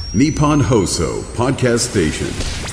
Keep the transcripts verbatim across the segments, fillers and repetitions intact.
Nippon Hoso Podcast Station。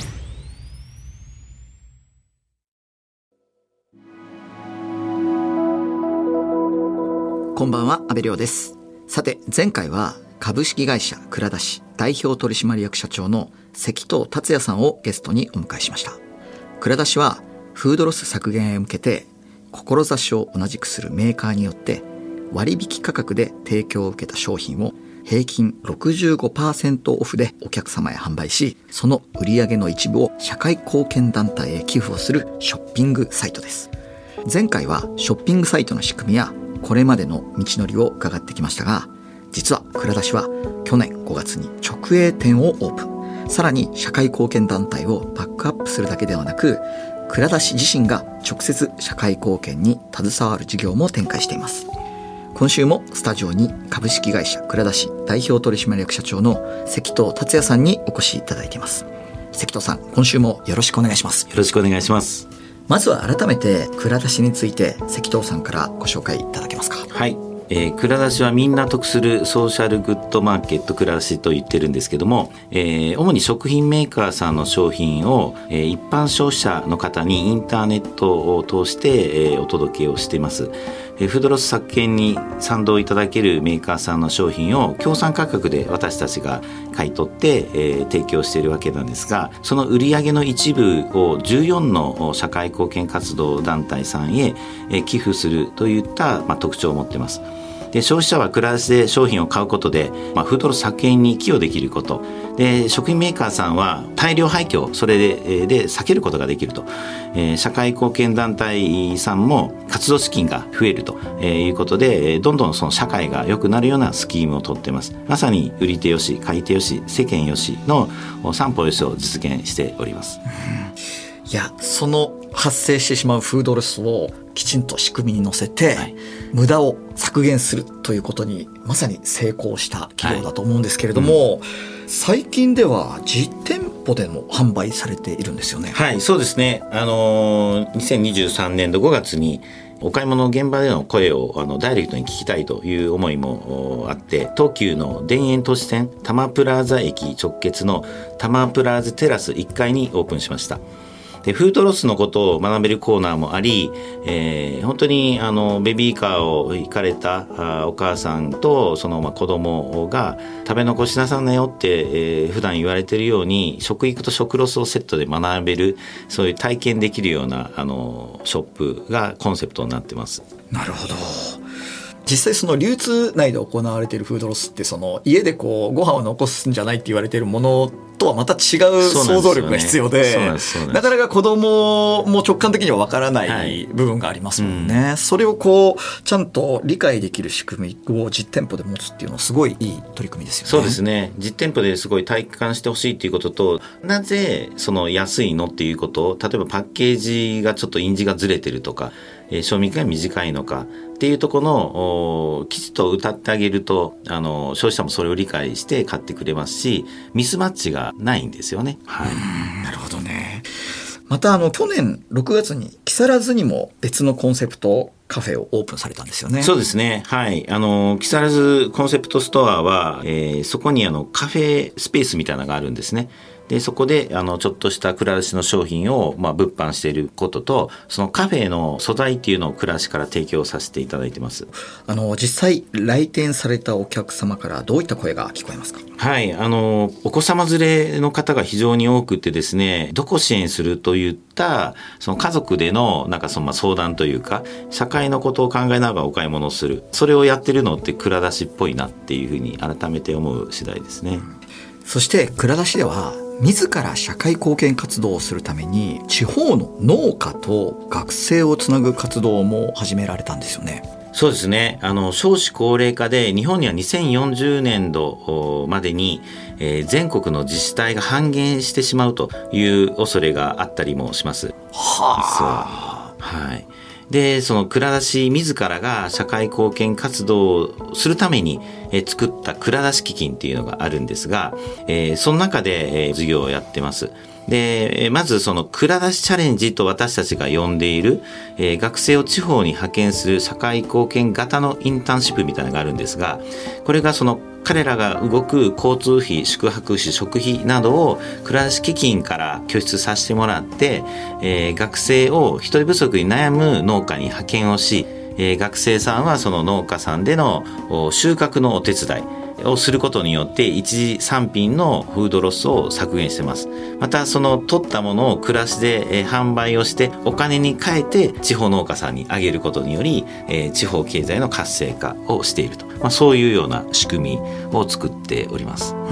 こんばんは、阿部亮です。さて、前回は株式会社蔵出し代表取締役社長の関藤達也さんをゲストにお迎えしました。蔵出しはフードロス削減へ向けて志を同じくするメーカーによって割引価格で提供を受けた商品を平均 ろくじゅうごパーセント オフでお客様へ販売し、その売上の一部を社会貢献団体へ寄付をするショッピングサイトです。前回はショッピングサイトの仕組みやこれまでの道のりを伺ってきましたが、実は蔵出しは去年ごがつに直営店をオープン。さらに社会貢献団体をバックアップするだけではなく、蔵出し自身が直接社会貢献に携わる事業も展開しています。今週もスタジオに株式会社蔵出し代表取締役社長の関藤達也さんにお越しいただいています。関藤さん、今週もよろしくお願いします。 よろしくお願いします。 まずは改めて蔵出しについて関藤さんからご紹介いただけますか。 はい、えー、蔵出しはみんな得するソーシャルグッドマーケット蔵出しと言ってるんですけども、えー、主に食品メーカーさんの商品を、えー、一般消費者の方にインターネットを通して、えー、お届けをしています。えー、フードロス削減に賛同いただけるメーカーさんの商品を協賛価格で私たちが買い取って、えー、提供しているわけなんですが、その売上の一部をじゅうよんの社会貢献活動団体さんへ、えー、寄付するといった、まあ、特徴を持っています。で、消費者は蔵出しで商品を買うことで、まあ、フードロス削減に寄与できることで、食品メーカーさんは大量廃棄をそれでで避けることができると、えー、社会貢献団体さんも活動資金が増えるということで、どんどんその社会が良くなるようなスキームを取っています。まさに売り手よし買い手よし世間よしの三歩よしを実現しております。 うん、いや、その発生してしまうフードロスをきちんと仕組みに乗せて、はい、無駄を削減するということにまさに成功した企業だと思うんですけれども、はい、うん、最近では実店舗でも販売されているんですよね。 はい、そうですね。あのー、にせんにじゅうさんねんどごがつにお買い物の現場での声をあのダイレクトに聞きたいという思いもあって、東急の田園都市線多摩プラザ駅直結の多摩プラザテラスいっかいにオープンしました。で、フードロスのことを学べるコーナーもあり、えー、本当にあのベビーカーを行かれたあお母さんとそのまあ子供が食べ残しなさんなよって、えー、普段言われているように食育と食ロスをセットで学べる、そういう体験できるようなあのショップがコンセプトになってます。 なるほど。実際その流通内で行われているフードロスって、その家でこうご飯を残すんじゃないって言われているものとはまた違う想像力が必要で、なかなか子供も直感的にはわからない部分がありますもんね。はい、うん、それをこうちゃんと理解できる仕組みを実店舗で持つっていうのはすごいいい取り組みですよね。 そうですね。実店舗ですごい体感してほしいっていうことと、なぜその安いのっていうことを、例えばパッケージがちょっと印字がずれてるとか、えー、賞味期が短いのかっていうところのきちっと歌ってあげると、あの消費者もそれを理解して買ってくれますし、ミスマッチがないんですよね。はい、 なるほどね。またあの去年ろくがつに木更津にも別のコンセプトカフェをオープンされたんですよね。 そうですね。はい。あの木更津コンセプトストアは、えー、そこにあのカフェスペースみたいなのがあるんですね。で、そこであのちょっとした蔵出しの商品を、まあ、物販していることと、そのカフェの素材っていうのを蔵出しから提供させていただいてます。 あの実際来店されたお客様からどういった声が聞こえますか？ はい、あのお子様連れの方が非常に多くてですね、どこ支援するといったその家族でのなんかそのまあ相談というか、社会のことを考えながらお買い物をする、それをやってるのって蔵出しっぽいなっていうふうに改めて思う次第ですね。うん、 そして蔵出しでは自ら社会貢献活動をするために地方の農家と学生をつなぐ活動も始められたんですよね。 そうですね。あの少子高齢化で日本にはにせんよんじゅうねんどまでに、えー、全国の自治体が半減してしまうという恐れがあったりもします。 はあ。 はい。で、その蔵出し自らが社会貢献活動をするために、えー、作った蔵出し基金っていうのがあるんですが、えー、その中で、えー、事業をやってます。 でまずその蔵出しチャレンジと私たちが呼んでいる、えー、学生を地方に派遣する社会貢献型のインターンシップみたいなのがあるんですが、これがその彼らが動く交通費、宿泊費、食費などを蔵出し基金から拠出させてもらって、えー、学生を人手不足に悩む農家に派遣をし、えー、学生さんはその農家さんでの収穫のお手伝いをすることによって一次産品のフードロスを削減してます。またその取ったものを暮らしで、えー、販売をしてお金に変えて地方農家さんにあげることにより、えー、地方経済の活性化をしていると、まあ、そういうような仕組みを作っております。はい、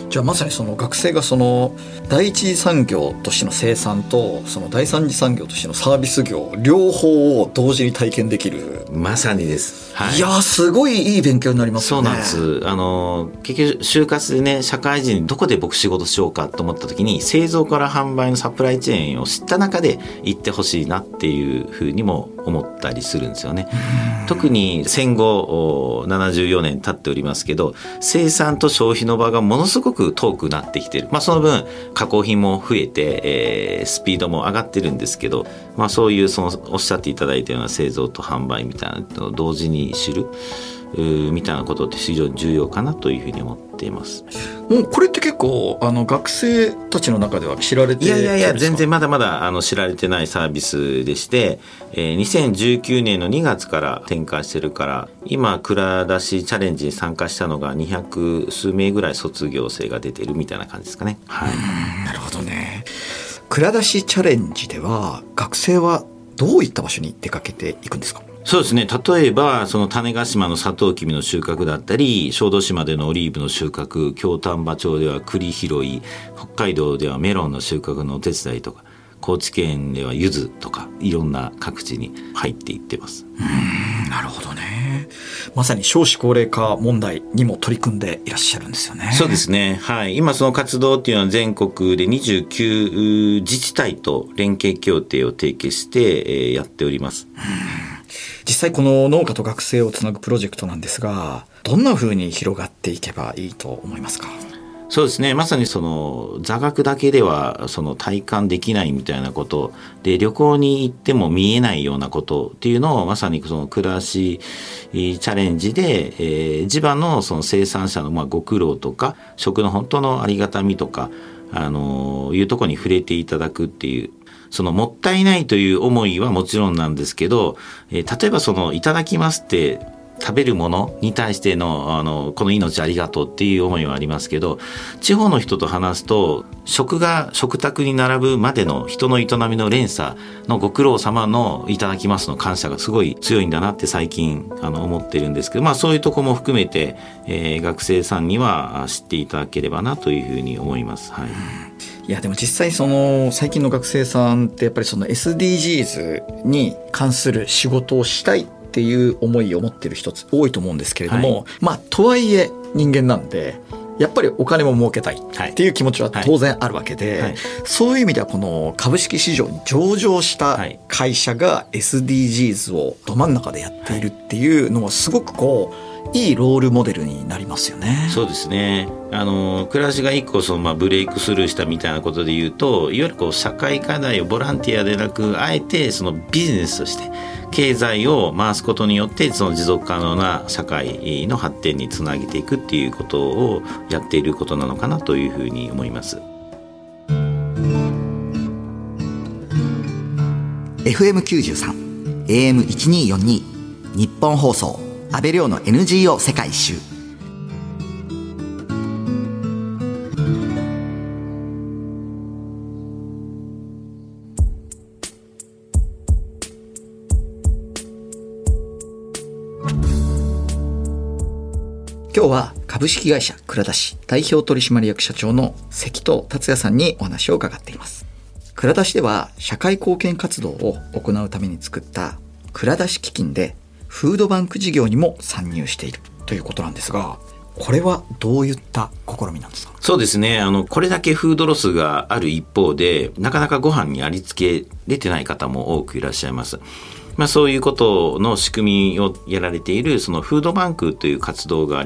じゃあまさにその学生がその第一次産業としての生産とその第三次産業としてのサービス業両方を同時に体験できる。 まさにです。はい、 いやすごいいい勉強になりますよね。 そうなんです。あの結局就活でね、社会人にどこで僕仕事しようかと思った時に製造から販売のサプライチェーンを知った中で行ってほしいなっていうふうにも思ったりするんですよね。特に戦後ななじゅうよねん経っておりますけど、生産と消費の場がものすごく遠くなってきている。まあその分加工品も増えて、えー、スピードも上がってるんですけど、まあそういうそのおっしゃっていただいたような製造と販売みたいなのを同時に知るみたいなことって非常に重要かなというふうに思っています。 もうこれって結構あの学生たちの中では知られているんですか？ いやいやいや全然まだまだあの知られてないサービスでして、えー、にせんじゅうきゅうねんのにがつから展開してるから、今蔵出しチャレンジに参加したのがにひゃくすうめいぐらい卒業生が出てるみたいな感じですかね。はい、 なるほどね。蔵出しチャレンジでは学生はどういった場所に出かけていくんですか？ そうですね。例えば、その種子島のサトウキビの収穫だったり、小豆島でのオリーブの収穫、京丹波町では栗拾い、北海道ではメロンの収穫のお手伝いとか、高知県では柚子とか、いろんな各地に入っていってます。 うーん、なるほどね。まさに少子高齢化問題にも取り組んでいらっしゃるんですよね。 そうですね。はい。今その活動っていうのは全国でにじゅうきゅう自治体と連携協定を締結してやっております。 うん実際この農家と学生をつなぐプロジェクトなんですが、どんな風に広がっていけばいいと思いますか？ そうですね。まさにその座学だけではその体感できないみたいなことで、旅行に行っても見えないようなことっていうのをまさにその暮らしチャレンジで、えー、地場のその生産者のまあご苦労とか食の本当のありがたみとか、あのー、いうところに触れていただくっていう。そのもったいないという思いはもちろんなんですけど、えー、例えばそのいただきますって食べるものに対してのあのこの命ありがとうっていう思いはありますけど、地方の人と話すと食が食卓に並ぶまでの人の営みの連鎖のご苦労様のいただきますの感謝がすごい強いんだなって最近あの思ってるんですけど、まあそういうとこも含めて、えー、学生さんには知っていただければなというふうに思います。はい。 いやでも実際その最近の学生さんってやっぱりその エスディージーズ に関する仕事をしたいっていう思いを持ってる人多いと思うんですけれども、はい、まあとはいえ人間なんでやっぱりお金も儲けたいっていう気持ちは当然あるわけで、はいはいはい、そういう意味ではこの株式市場に上場した会社が エスディージーズ をど真ん中でやっているっていうのはすごくこういいロールモデルになりますよね。 そうですね。あの暮らしが一個その、まあ、ブレイクスルーしたみたいなことで言うと、いわゆるこう社会課題をボランティアでなくあえてそのビジネスとして経済を回すことによってその持続可能な社会の発展につなげていくっていうことをやっていることなのかなというふうに思います。 エフエムきゅうじゅうさん エーエムせんにひゃくよんじゅうに 日本放送安倍亮の エヌジーオー 世界一周。今日は株式会社蔵出し代表取締役社長の関藤達也さんにお話を伺っています。蔵出しでは社会貢献活動を行うために作った蔵出し基金でフードバンク事業にも参入しているということなんですが、これはどういった試みなんですか？ そうですね。あのこれだけフードロスがある一方で、なかなかご飯にありつけれてない方も多くいらっしゃいます。まあ、そういうことの仕組みをやられているそのフードバンクという活動があります。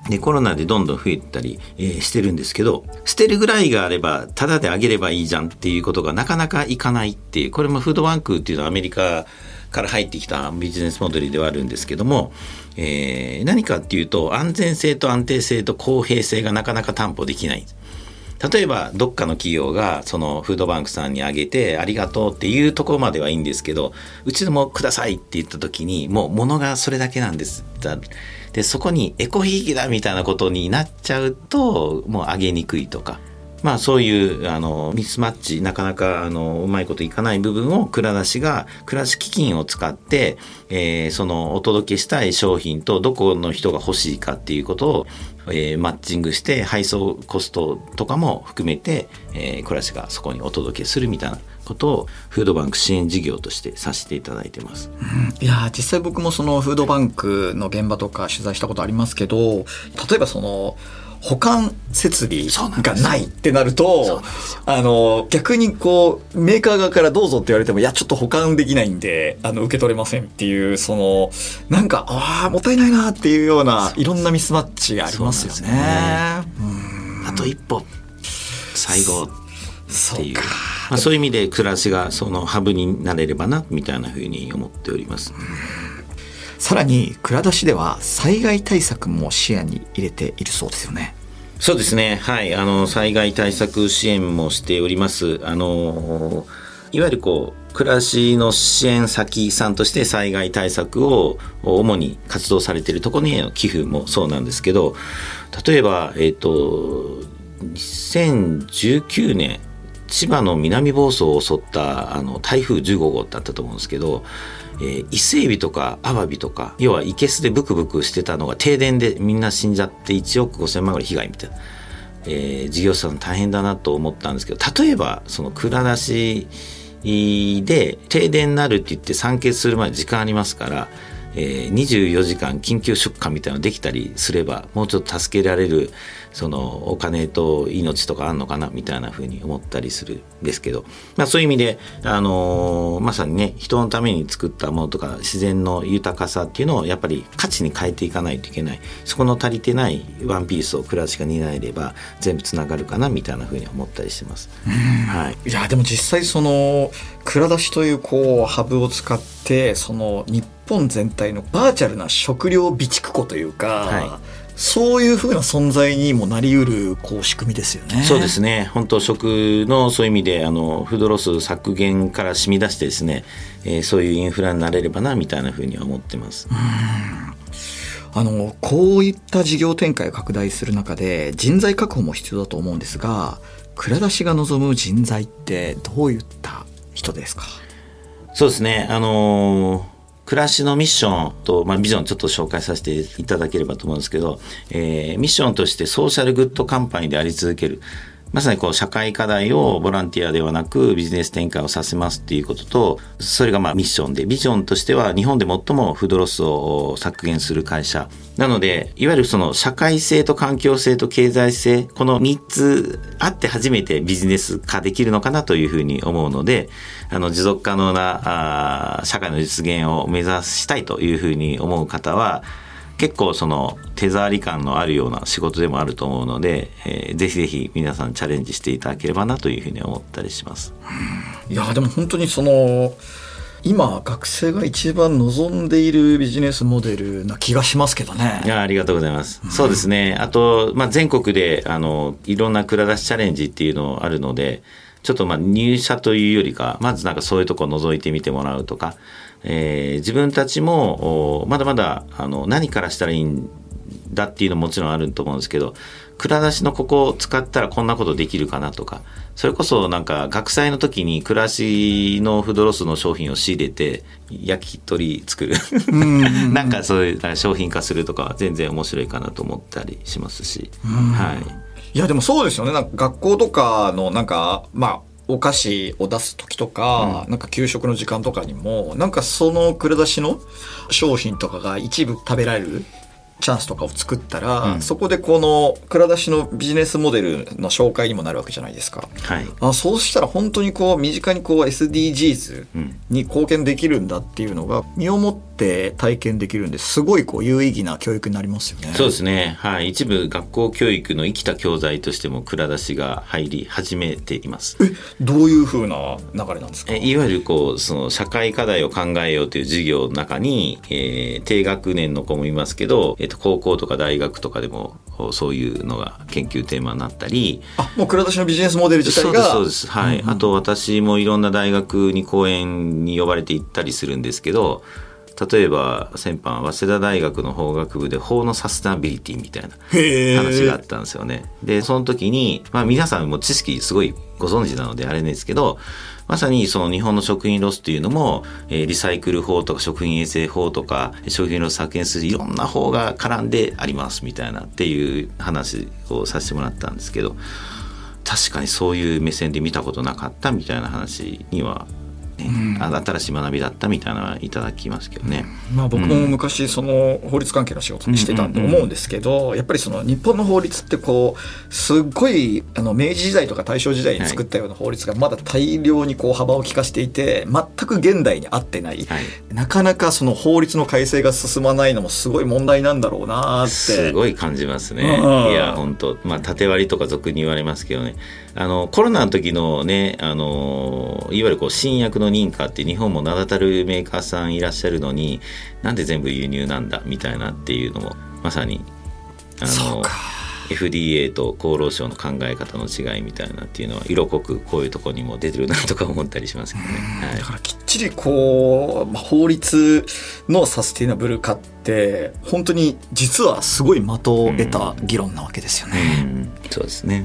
でコロナでどんどん増えたり、えー、してるんですけど、捨てるぐらいがあればタダであげればいいじゃんっていうことがなかなかいかないっていう、これもフードバンクっていうのはアメリカから入ってきたビジネスモデルではあるんですけども、えー、何かっていうと安全性と安定性と公平性がなかなか担保できない。例えばどっかの企業がそのフードバンクさんにあげてありがとうっていうところまではいいんですけど、うちでもくださいって言った時にもう物がそれだけなんです。でそこにエコひいきだみたいなことになっちゃうともうあげにくいとか、まあそういうあのミスマッチ、なかなかあのうまいこといかない部分を蔵出しが蔵出し基金を使って、えー、そのお届けしたい商品とどこの人が欲しいかっていうことを、えー、マッチングして配送コストとかも含めて、えー、蔵出しがそこにお届けするみたいなことをフードバンク支援事業としてさせていただいてます。 うん、いや実際僕もそのフードバンクの現場とか取材したことありますけど、例えばその保管設備がないってなると、あの逆にこうメーカー側からどうぞって言われても、いやちょっと保管できないんであの受け取れませんっていう、そのなんかああもったいないなっていうようないろんなミスマッチがありますよね。 うん、あと一歩最後っていう、まあ、そういう意味で暮らしがそのハブになれればなみたいなふうに思っております。 さらに蔵出しでは災害対策も視野に入れているそうですよね。 そうですね、はい、あの災害対策支援もしております。あのいわゆるこう暮らしの支援先さんとして災害対策を主に活動されているところへの寄付もそうなんですけど、例えば、えーと、にせんじゅうきゅうねん千葉の南房総を襲ったあの台風じゅうごごうだったと思うんですけど、えー、伊勢海老とかアワビとか、要は生けすでブクブクしてたのが停電でみんな死んじゃっていちおくごせんまんぐらい被害みたいな、えー、事業者さん大変だなと思ったんですけど、例えばその蔵出しで停電になるって言って酸欠するまで時間ありますから、えー、にじゅうよじかん緊急出荷みたいなのできたりすればもうちょっと助けられるそのお金と命とかあんのかなみたいな風に思ったりするんですけど、まあ、そういう意味で、あのー、まさにね人のために作ったものとか自然の豊かさっていうのをやっぱり価値に変えていかないといけない。そこの足りてないワンピースを蔵出しが担えれば全部つながるかなみたいな風に思ったりしてます。はい、いやでも実際その蔵出しというこうハブを使ってその日本全体のバーチャルな食料備蓄庫というか、はい、そういう風な存在にもなりうるこう仕組みですよね。 そうですね、本当食のそういう意味であのフードロス削減から染み出してですね、えー、そういうインフラになれればなみたいな風には思ってます。 うん、あのこういった事業展開を拡大する中で人材確保も必要だと思うんですが、蔵出しが望む人材ってどういった人ですか？ そうですね、あのー暮らしのミッションと、まあ、ビジョンちょっと紹介させていただければと思うんですけど、えー、ミッションとしてソーシャルグッドカンパニーであり続ける、まさにこう社会課題をボランティアではなくビジネス展開をさせますっていうことと、それがまあミッションで、ビジョンとしては日本で最もフードロスを削減する会社なので、いわゆるその社会性と環境性と経済性、このみっつあって初めてビジネス化できるのかなというふうに思うので、あの持続可能なあ社会の実現を目指したいというふうに思う方は結構その手触り感のあるような仕事でもあると思うので、えー、ぜひぜひ皆さんチャレンジしていただければなというふうに思ったりします。 いやでも本当にその今学生が一番望んでいるビジネスモデルな気がしますけどね。 いやありがとうございます、うん、そうですね。あと、まあ、全国であのいろんな蔵出しチャレンジっていうのあるので、ちょっとまあ入社というよりかまずなんかそういうところを覗いてみてもらうとか、えー、自分たちもまだまだあの何からしたらいいんだっていうのももちろんあると思うんですけど、蔵出しのここを使ったらこんなことできるかなとか、それこそなんか学祭の時に蔵出しのフードロスの商品を仕入れて焼き鳥作るなんかそういう商品化するとか全然面白いかなと思ったりしますし、はい、 いやでもそうですよね。なんか学校とかのなんかまあお菓子を出す時とか、うん、なんか給食の時間とかにもなんかその蔵出しの商品とかが一部食べられるチャンスとかを作ったら、うん、そこでこの蔵出しのビジネスモデルの紹介にもなるわけじゃないですか、 はい、 あそうしたら本当にこう身近にこう エスディージーズ に貢献できるんだっていうのが身をもっって体験できるんですごいこう有意義な教育になりますよね。 そうですね、はい、一部学校教育の生きた教材としても蔵出しが入り始めています。 えどういう風な流れなんですか？ えいわゆるこうその社会課題を考えようという授業の中に、えー、低学年の子もいますけど、えー、と高校とか大学とかでもそういうのが研究テーマになったり。 あもう蔵出しのビジネスモデル自体がそうですそうです、はい、うんうん、あと私もいろんな大学に講演に呼ばれて行ったりするんですけど、例えば先般早稲田大学の法学部で法のサステナビリティみたいな話があったんですよね。でその時に、まあ、皆さんも知識すごいご存知なのであれですけど、まさにその日本の食品ロスっていうのも、えー、リサイクル法とか食品衛生法とか食品ロス削減するいろんな法が絡んでありますみたいなっていう話をさせてもらったんですけど、確かにそういう目線で見たことなかったみたいな話にはうん、新しい学びだったみたいなのはいただきますけどね、 うんまあ、僕も昔その法律関係の仕事にしてたんで思うんですけど、やっぱりその日本の法律ってこうすっごいあの明治時代とか大正時代に作ったような法律がまだ大量にこう幅を利かしていて全く現代に合ってない、はい、なかなかその法律の改正が進まないのもすごい問題なんだろうなってすごい感じますね。いや本当、まあ、縦割りとか俗に言われますけどね、あのコロナの時のね、あのいわゆるこう新薬の認可って日本も名だたるメーカーさんいらっしゃるのになんで全部輸入なんだみたいなっていうのもまさにあの エフディーエー と厚労省の考え方の違いみたいなっていうのは色濃くこういうところにも出てるなとか思ったりしますけどね、はい、 だからきっちりこう、まあ、法律のサスティナブル化って本当に実はすごい的を得た議論なわけですよね、 うんうん、そうですね。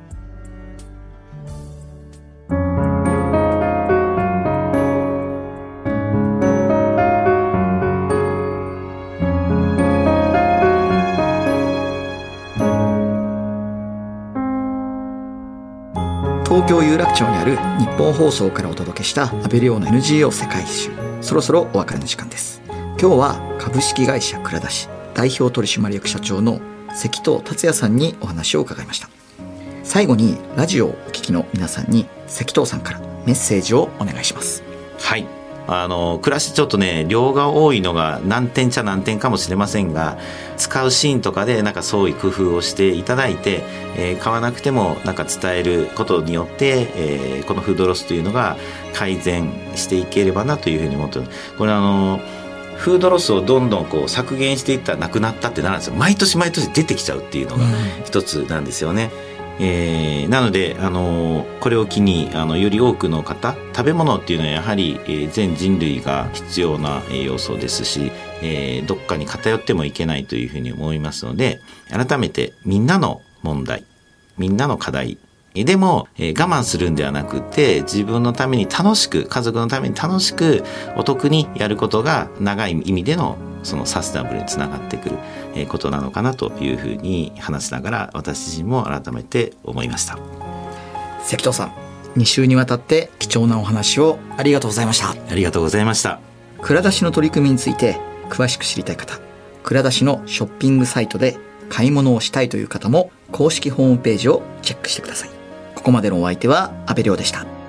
東京有楽町にある日本放送からお届けした安倍亮の エヌジーオー 世界一周、そろそろお別れの時間です。今日は株式会社蔵出し代表取締役社長の関藤達也さんにお話を伺いました。最後にラジオをお聞きの皆さんに関藤さんからメッセージをお願いします。 はい、あの暮らしちょっとね量が多いのが難点ちゃ難点かもしれませんが、使うシーンとかでなんか創意工夫をしていただいて、えー、買わなくてもなんか伝えることによって、えー、このフードロスというのが改善していければなというふうに思っています。これあのフードロスをどんどんこう削減していったらなくなったってなるんですよ。毎年毎年出てきちゃうっていうのが一つなんですよね、うんえー、なので、あのー、これを機にあのより多くの方、食べ物っていうのはやはり、えー、全人類が必要な栄養素ですし、えー、どっかに偏ってもいけないというふうに思いますので、改めてみんなの問題、みんなの課題でも、えー、我慢するんではなくて、自分のために楽しく、家族のために楽しくお得にやることが長い意味でのそのサステナブルにつながってくることなのかなというふうに話しながら、私自身も改めて思いました。 関藤さん、に週にわたって貴重なお話をありがとうございました。 ありがとうございました。 蔵出しの取り組みについて詳しく知りたい方、蔵出しのショッピングサイトで買い物をしたいという方も公式ホームページをチェックしてください。ここまでのお相手は安倍亮でした。